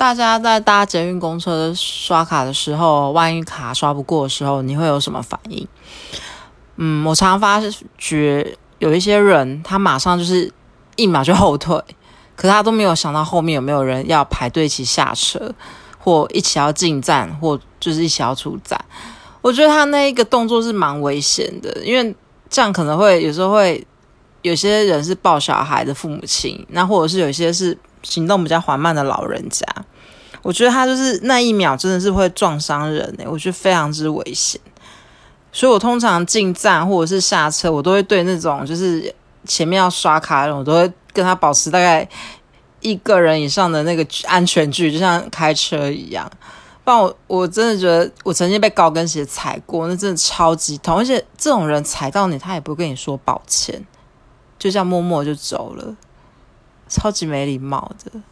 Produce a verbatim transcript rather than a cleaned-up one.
大家在搭捷运公车刷卡的时候，万一卡刷不过的时候，你会有什么反应？嗯，我常发觉有一些人，他马上就是一秒就后退，可是他都没有想到后面有没有人要排队一起下车，或一起要进站，或就是一起要出站。我觉得他那一个动作是蛮危险的，因为这样可能会有时候会有些人是抱小孩的父母亲，那或者是有一些是行动比较缓慢的老人家。我觉得他就是那一秒真的是会撞伤人、欸、我觉得非常之危险。所以我通常进站或者是下车，我都会对那种就是前面要刷卡的人，我都会跟他保持大概一个人以上的那个安全距离，就像开车一样。不然我我真的觉得我曾经被高跟鞋踩过，那真的超级痛，而且这种人踩到你，他也不会跟你说抱歉，就这样默默就走了，超级没礼貌的。